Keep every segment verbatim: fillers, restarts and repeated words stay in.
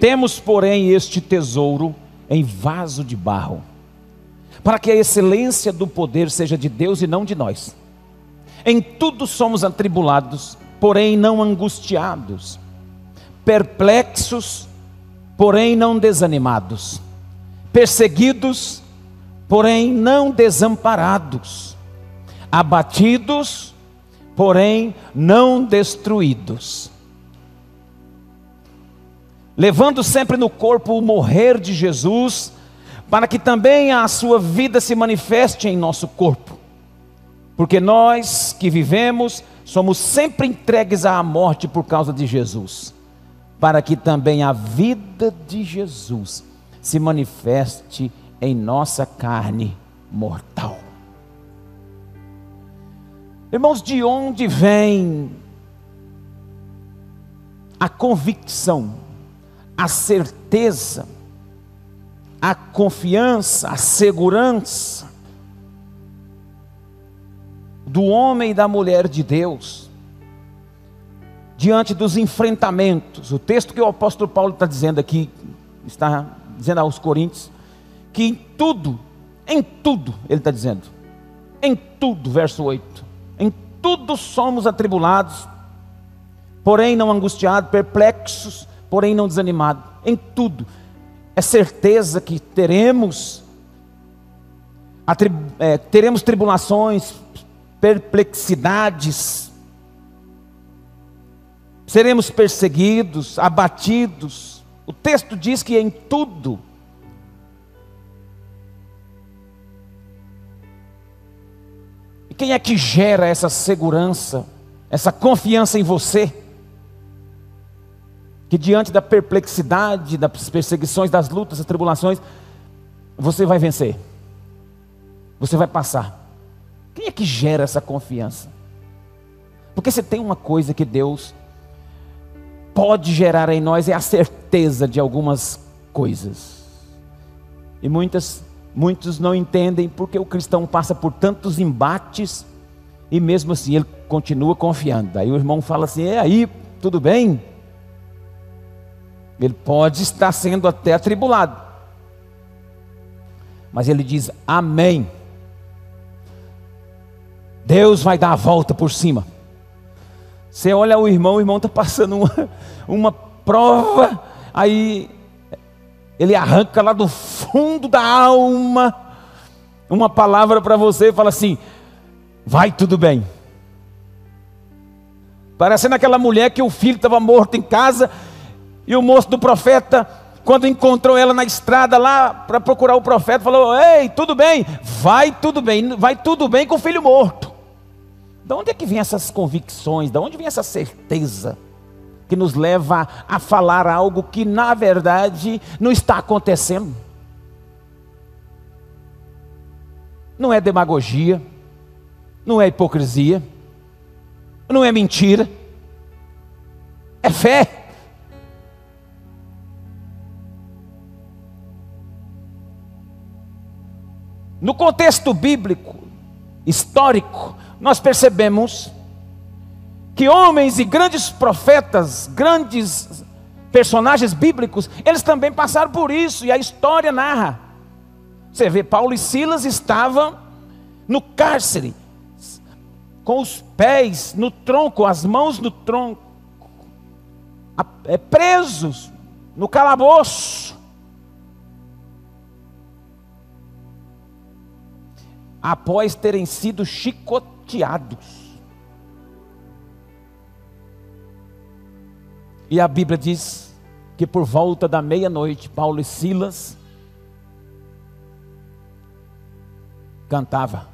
Temos, porém, este tesouro em vaso de barro, para que a excelência do poder seja de Deus e não de nós. Em tudo somos atribulados, porém não angustiados, perplexos, porém não desanimados, perseguidos, porém não desamparados, abatidos, porém não destruídos, levando sempre no corpo o morrer de Jesus, para que também a sua vida se manifeste em nosso corpo. Porque nós que vivemos, somos sempre entregues à morte por causa de Jesus, para que também a vida de Jesus se manifeste em nossa carne mortal. Irmãos, de onde vem a convicção, a certeza, a confiança, a segurança do homem e da mulher de Deus diante dos enfrentamentos? O texto que o apóstolo Paulo está dizendo aqui, está dizendo aos Coríntios, que em tudo, em tudo, ele está dizendo, em tudo, verso oito, em tudo somos atribulados, porém não angustiados, perplexos, porém não desanimados. Em tudo, é certeza que teremos, atrib, é, teremos tribulações, perplexidades, seremos perseguidos, abatidos. O texto diz que em tudo. E quem é que gera essa segurança, essa confiança em você? Que diante da perplexidade, das perseguições, das lutas, das tribulações, você vai vencer, você vai passar. Quem é que gera essa confiança? Porque se tem uma coisa que Deus pode gerar em nós, é a certeza de algumas coisas. E muitas, muitos não entendem porque o cristão passa por tantos embates e mesmo assim ele continua confiando. Aí o irmão fala assim: é aí, tudo bem? Ele pode estar sendo até atribulado, mas ele diz amém. Deus vai dar a volta por cima. Você olha o irmão, o irmão está passando uma, uma prova, aí ele arranca lá do fundo da alma uma palavra para você e fala assim: vai tudo bem. Parecendo aquela mulher que o filho estava morto em casa, e o moço do profeta, quando encontrou ela na estrada lá para procurar o profeta, falou: ei, tudo bem, vai tudo bem, vai tudo bem com o filho morto. De onde é que vem essas convicções? De onde vem essa certeza que nos leva a falar algo que na verdade não está acontecendo? Não é demagogia, não é hipocrisia, não é mentira, é fé. No contexto bíblico, histórico, nós percebemos que homens e grandes profetas, grandes personagens bíblicos, eles também passaram por isso, e a história narra. Você vê, Paulo e Silas estavam no cárcere, com os pés no tronco, as mãos no tronco, presos no calabouço, após terem sido chicoteados. E a Bíblia diz que por volta da meia-noite, Paulo e Silas cantava.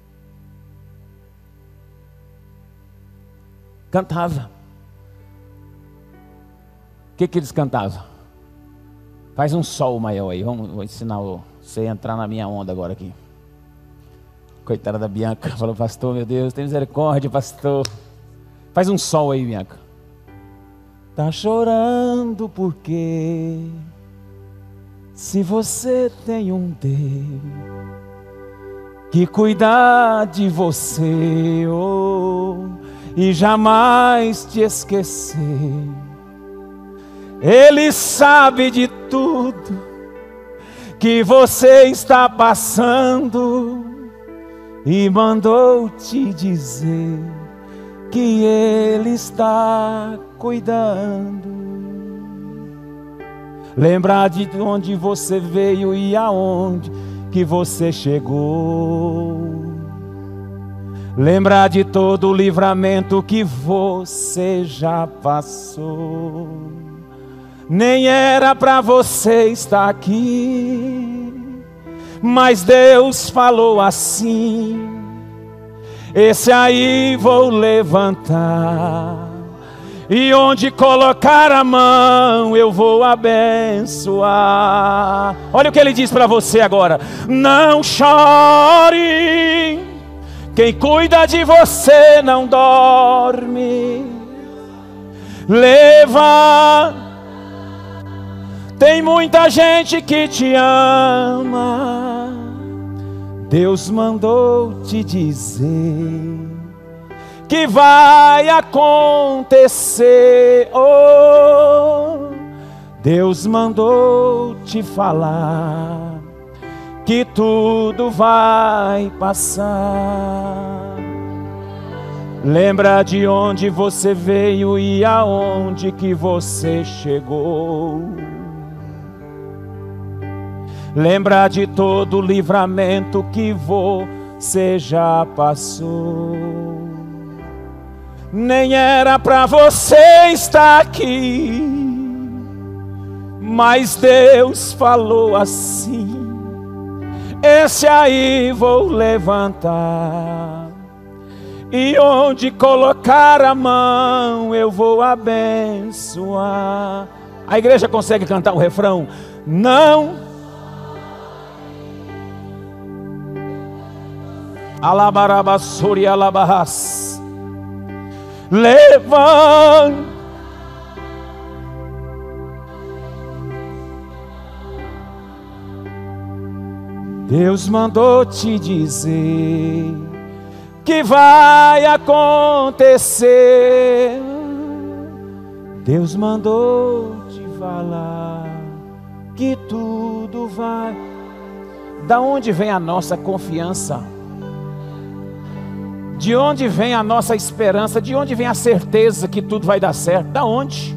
Cantava. O que que eles cantavam? Faz um sol maior aí, vamos, vou ensinar você a entrar na minha onda agora aqui. Coitada da Bianca, falou: pastor, meu Deus, tem misericórdia, pastor. Faz um sol aí, Bianca. Tá chorando porque se você tem um Deus que cuidar de você, oh, e jamais te esquecer, Ele sabe de tudo que você está passando e mandou te dizer que Ele está cuidando. Lembrar de onde você veio e aonde que você chegou. Lembrar de todo o livramento que você já passou. Nem era para você estar aqui, mas Deus falou assim: esse aí vou levantar, e onde colocar a mão eu vou abençoar. Olha o que ele diz para você agora: não chore, quem cuida de você não dorme. Levanta, tem muita gente que te ama. Deus mandou te dizer que vai acontecer. Oh, Deus mandou te falar que tudo vai passar. Lembra de onde você veio e aonde que você chegou. Lembra de todo o livramento que você já passou. Nem era para você estar aqui, mas Deus falou assim: esse aí vou levantar, e onde colocar a mão eu vou abençoar. A igreja consegue cantar o refrão? Não. Alabarabassuri alabahas. Levanta. Deus mandou te dizer que vai acontecer. Deus mandou te falar que tudo vai. Da onde vem a nossa confiança? De onde vem a nossa esperança? De onde vem a certeza que tudo vai dar certo? Da onde?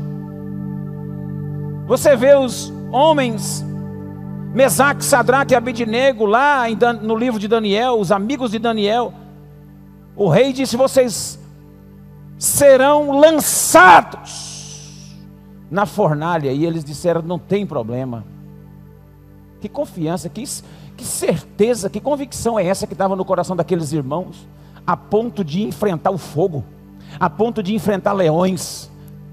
Você vê os homens Mesaque, Sadraque e Abednego lá no livro de Daniel, os amigos de Daniel. O rei disse: vocês serão lançados na fornalha. E eles disseram: não tem problema. Que confiança, que, que certeza, que convicção é essa que estava no coração daqueles irmãos, a ponto de enfrentar o fogo, a ponto de enfrentar leões.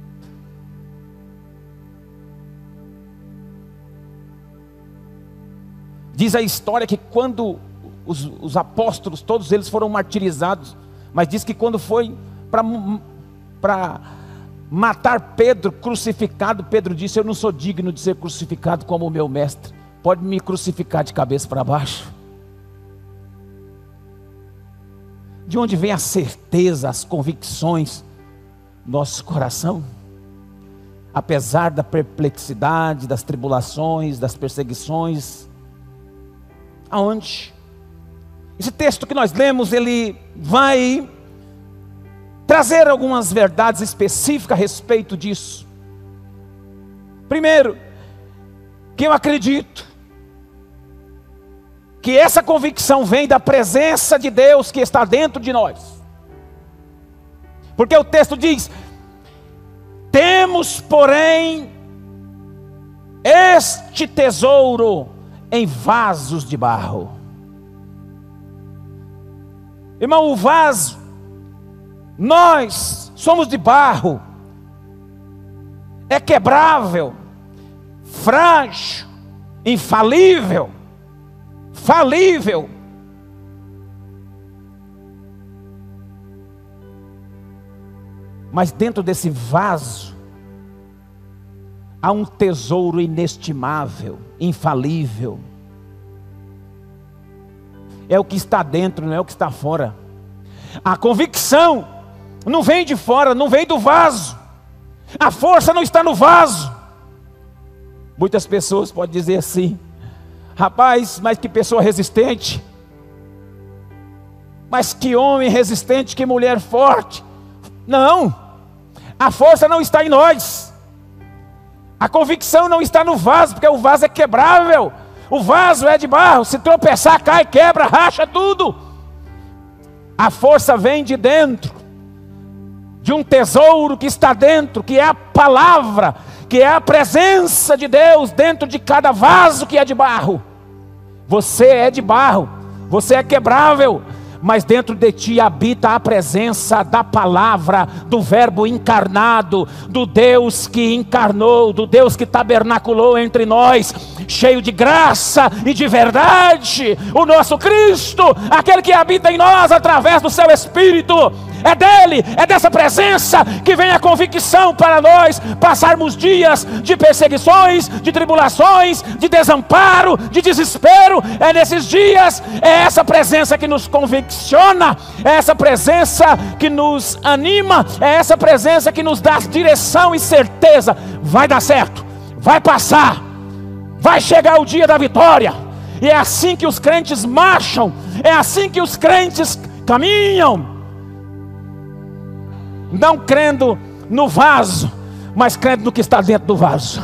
Diz a história que quando os, os apóstolos, todos eles foram martirizados, mas diz que quando foi para matar Pedro, crucificado, Pedro disse: eu não sou digno de ser crucificado como o meu mestre, pode me crucificar de cabeça para baixo. De onde vem a certeza, as convicções do nosso coração? Apesar da perplexidade, das tribulações, das perseguições. Aonde? Esse texto que nós lemos, ele vai trazer algumas verdades específicas a respeito disso. Primeiro, que eu acredito que essa convicção vem da presença de Deus que está dentro de nós. Porque o texto diz: temos, porém, este tesouro em vasos de barro. Irmão, o vaso, nós somos de barro, é quebrável, frágil, infalível, falível. Mas dentro desse vaso há um tesouro inestimável, infalível. É o que está dentro, não é o que está fora. A convicção não vem de fora, não vem do vaso. A força não está no vaso. Muitas pessoas podem dizer assim: rapaz, mas que pessoa resistente, mas que homem resistente, que mulher forte. Não, a força não está em nós, a convicção não está no vaso, porque o vaso é quebrável, o vaso é de barro, se tropeçar cai, quebra, racha tudo. A força vem de dentro, de um tesouro que está dentro, que é a palavra, que é a presença de Deus dentro de cada vaso que é de barro. Você é de barro, você é quebrável, mas dentro de ti habita a presença da palavra, do verbo encarnado, do Deus que encarnou, do Deus que tabernaculou entre nós, cheio de graça e de verdade. O nosso Cristo, aquele que habita em nós através do seu Espírito. É dele, é dessa presença que vem a convicção para nós passarmos dias de perseguições, de tribulações, de desamparo, de desespero. É nesses dias, é essa presença que nos convicciona, é essa presença que nos anima, é essa presença que nos dá direção e certeza. Vai dar certo, vai passar, vai chegar o dia da vitória. E é assim que os crentes marcham, é assim que os crentes caminham. Não crendo no vaso, mas crendo no que está dentro do vaso.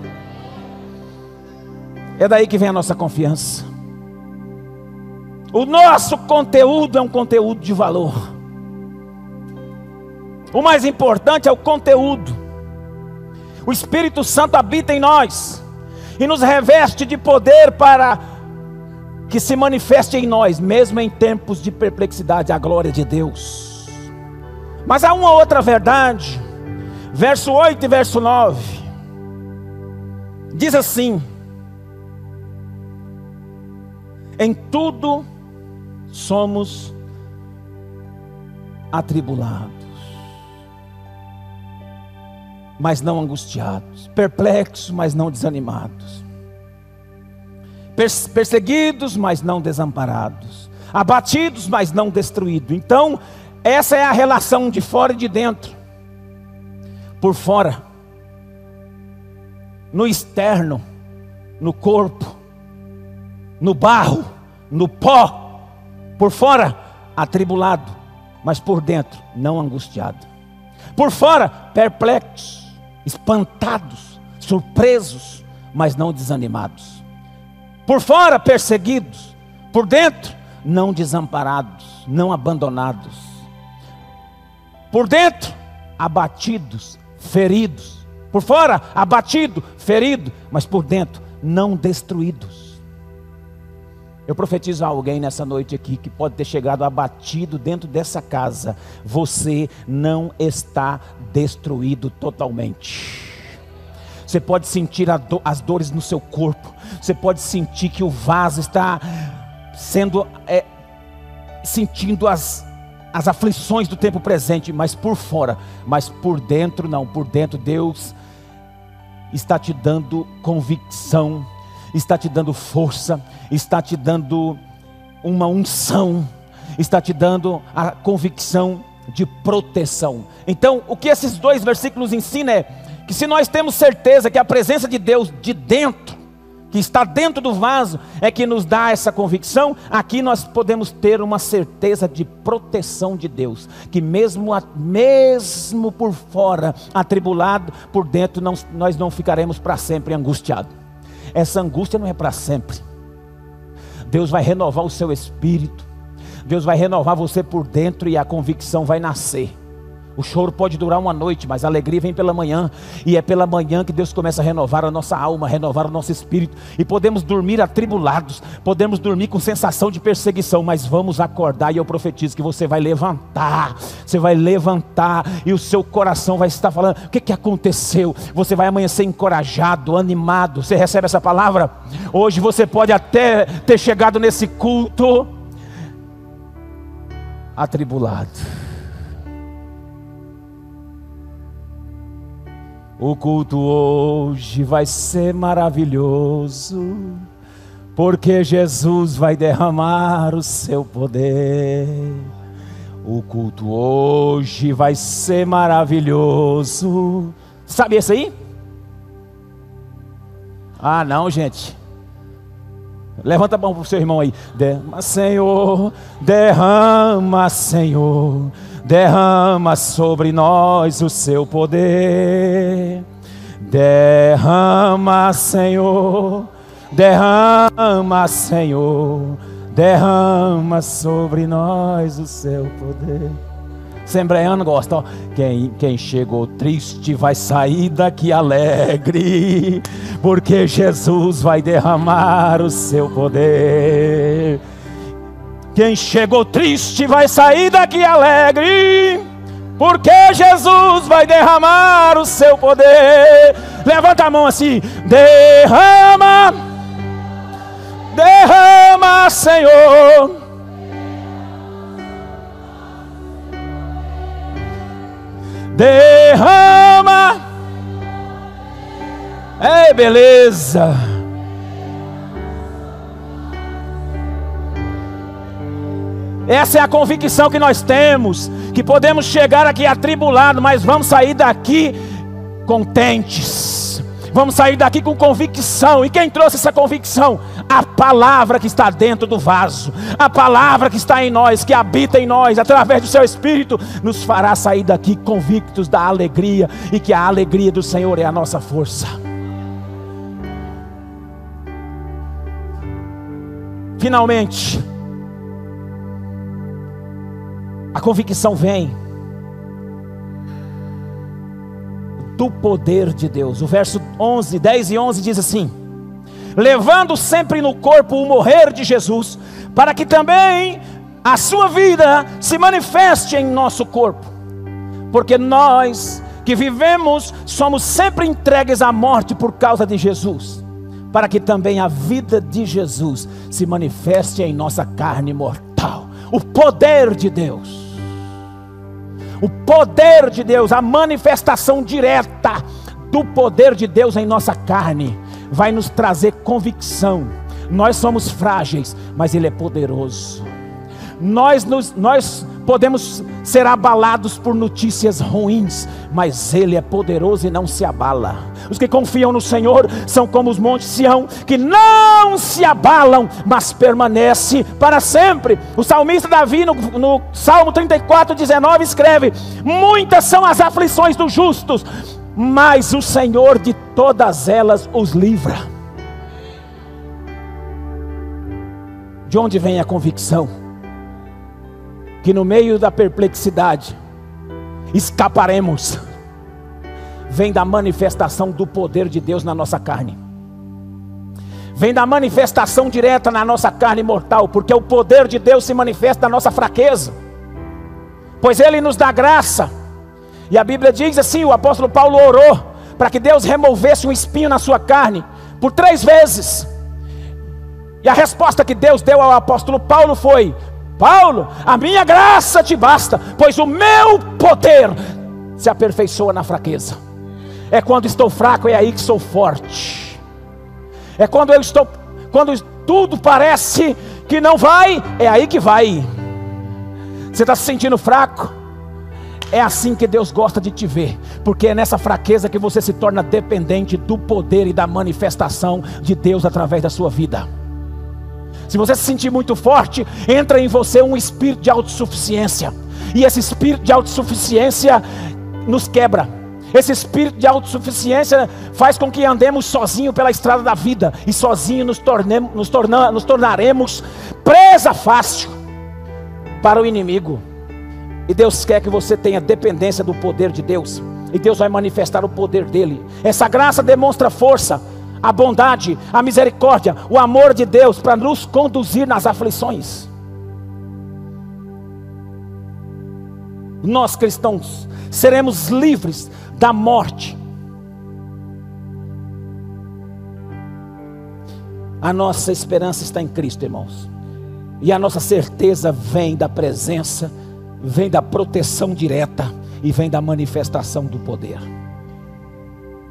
É daí que vem a nossa confiança. O nosso conteúdo é um conteúdo de valor. O mais importante é o conteúdo. O Espírito Santo habita em nós e nos reveste de poder para que se manifeste em nós, mesmo em tempos de perplexidade, a glória de Deus. Mas há uma outra verdade, verso oito e verso nove, diz assim: em tudo somos atribulados, mas não angustiados, perplexos, mas não desanimados, perseguidos, mas não desamparados, abatidos, mas não destruídos. Então, essa é a relação de fora e de dentro. Por fora, no externo, no corpo, no barro, no pó. Por fora, atribulado, mas por dentro, não angustiado. Por fora, perplexos, espantados, surpresos, mas não desanimados. Por fora, perseguidos, por dentro, não desamparados, não abandonados. Por dentro, abatidos, feridos. Por fora, abatido, ferido, mas por dentro, não destruídos. Eu profetizo a alguém nessa noite aqui que pode ter chegado abatido dentro dessa casa. Você não está destruído totalmente. Você pode sentir a do, as dores no seu corpo. Você pode sentir que o vaso está sendo é, sentindo as as aflições do tempo presente, mas por fora, mas por dentro não. Por dentro Deus está te dando convicção, está te dando força, está te dando uma unção, está te dando a convicção de proteção. Então, o que esses dois versículos ensinam é que se nós temos certeza que a presença de Deus de dentro, que está dentro do vaso, é que nos dá essa convicção, aqui nós podemos ter uma certeza de proteção de Deus, que mesmo, mesmo por fora atribulado, por dentro não, nós não ficaremos para sempre angustiados. Essa angústia não é para sempre. Deus vai renovar o seu espírito, Deus vai renovar você por dentro e a convicção vai nascer. O choro pode durar uma noite, mas a alegria vem pela manhã. E é pela manhã que Deus começa a renovar a nossa alma, renovar o nosso espírito. E podemos dormir atribulados, podemos dormir com sensação de perseguição, mas vamos acordar. E eu profetizo que você vai levantar, você vai levantar e o seu coração vai estar falando: o que, que aconteceu? Você vai amanhecer encorajado, animado. Você recebe essa palavra? Hoje você pode até ter chegado nesse culto atribulado. O culto hoje vai ser maravilhoso, porque Jesus vai derramar o seu poder. O culto hoje vai ser maravilhoso. Sabe esse aí? Ah, não, gente. Levanta a mão para o seu irmão aí. Derrama, Senhor, derrama, Senhor, derrama sobre nós o seu poder. Derrama, Senhor, derrama, Senhor, derrama sobre nós o seu poder. Assembleiano gosta, ó. Quem, quem chegou triste vai sair daqui alegre, porque Jesus vai derramar o seu poder. Quem chegou triste vai sair daqui alegre, porque Jesus vai derramar o seu poder. Levanta a mão assim. Derrama, derrama, Senhor. Derrama. Ei, beleza. Essa é a convicção que nós temos, que podemos chegar aqui atribulados, mas vamos sair daqui contentes. Vamos sair daqui com convicção. E quem trouxe essa convicção? A palavra que está dentro do vaso, a palavra que está em nós, que habita em nós, através do seu Espírito, nos fará sair daqui convictos da alegria, e que a alegria do Senhor é a nossa força. Finalmente, a convicção vem do poder de Deus. O verso onze, dez e onze diz assim: levando sempre no corpo o morrer de Jesus, para que também a sua vida se manifeste em nosso corpo. Porque nós que vivemos somos sempre entregues à morte por causa de Jesus, para que também a vida de Jesus se manifeste em nossa carne mortal. O poder de Deus, o poder de Deus, a manifestação direta do poder de Deus em nossa carne, vai nos trazer convicção. Nós somos frágeis, mas Ele é poderoso. Nós, nos, nós podemos ser abalados por notícias ruins, mas Ele é poderoso e não se abala. Os que confiam no Senhor são como os montes Sião, que não se abalam, mas permanece para sempre. O salmista Davi, no, no Salmo trinta e quatro, dezenove, escreve: muitas são as aflições dos justos, mas o Senhor de todas elas os livra. De onde vem a convicção? Que no meio da perplexidade escaparemos. Vem da manifestação do poder de Deus na nossa carne. Vem da manifestação direta na nossa carne mortal, porque o poder de Deus se manifesta na nossa fraqueza, pois Ele nos dá graça. E a Bíblia diz assim: o apóstolo Paulo orou para que Deus removesse um espinho na sua carne por três vezes. E a resposta que Deus deu ao apóstolo Paulo foi: Paulo, a minha graça te basta, pois o meu poder se aperfeiçoa na fraqueza. É quando estou fraco, é aí que sou forte. É quando eu estou, quando tudo parece que não vai, é aí que vai. Você está se sentindo fraco? É assim que Deus gosta de te ver, porque é nessa fraqueza que você se torna dependente do poder e da manifestação de Deus através da sua vida. Se você se sentir muito forte, entra em você um espírito de autossuficiência, e esse espírito de autossuficiência nos quebra. Esse espírito de autossuficiência faz com que andemos sozinhos pela estrada da vida, e sozinhos nos, tornemos, nos, torna, nos tornaremos presa fácil para o inimigo. E Deus quer que você tenha dependência do poder de Deus, e Deus vai manifestar o poder dele. Essa graça demonstra força, a bondade, a misericórdia, o amor de Deus para nos conduzir nas aflições. Nós cristãos seremos livres da morte. A nossa esperança está em Cristo, irmãos, e a nossa certeza vem da presença, vem da proteção direta e vem da manifestação do poder.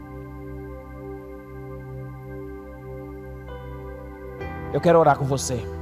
Eu quero orar com você.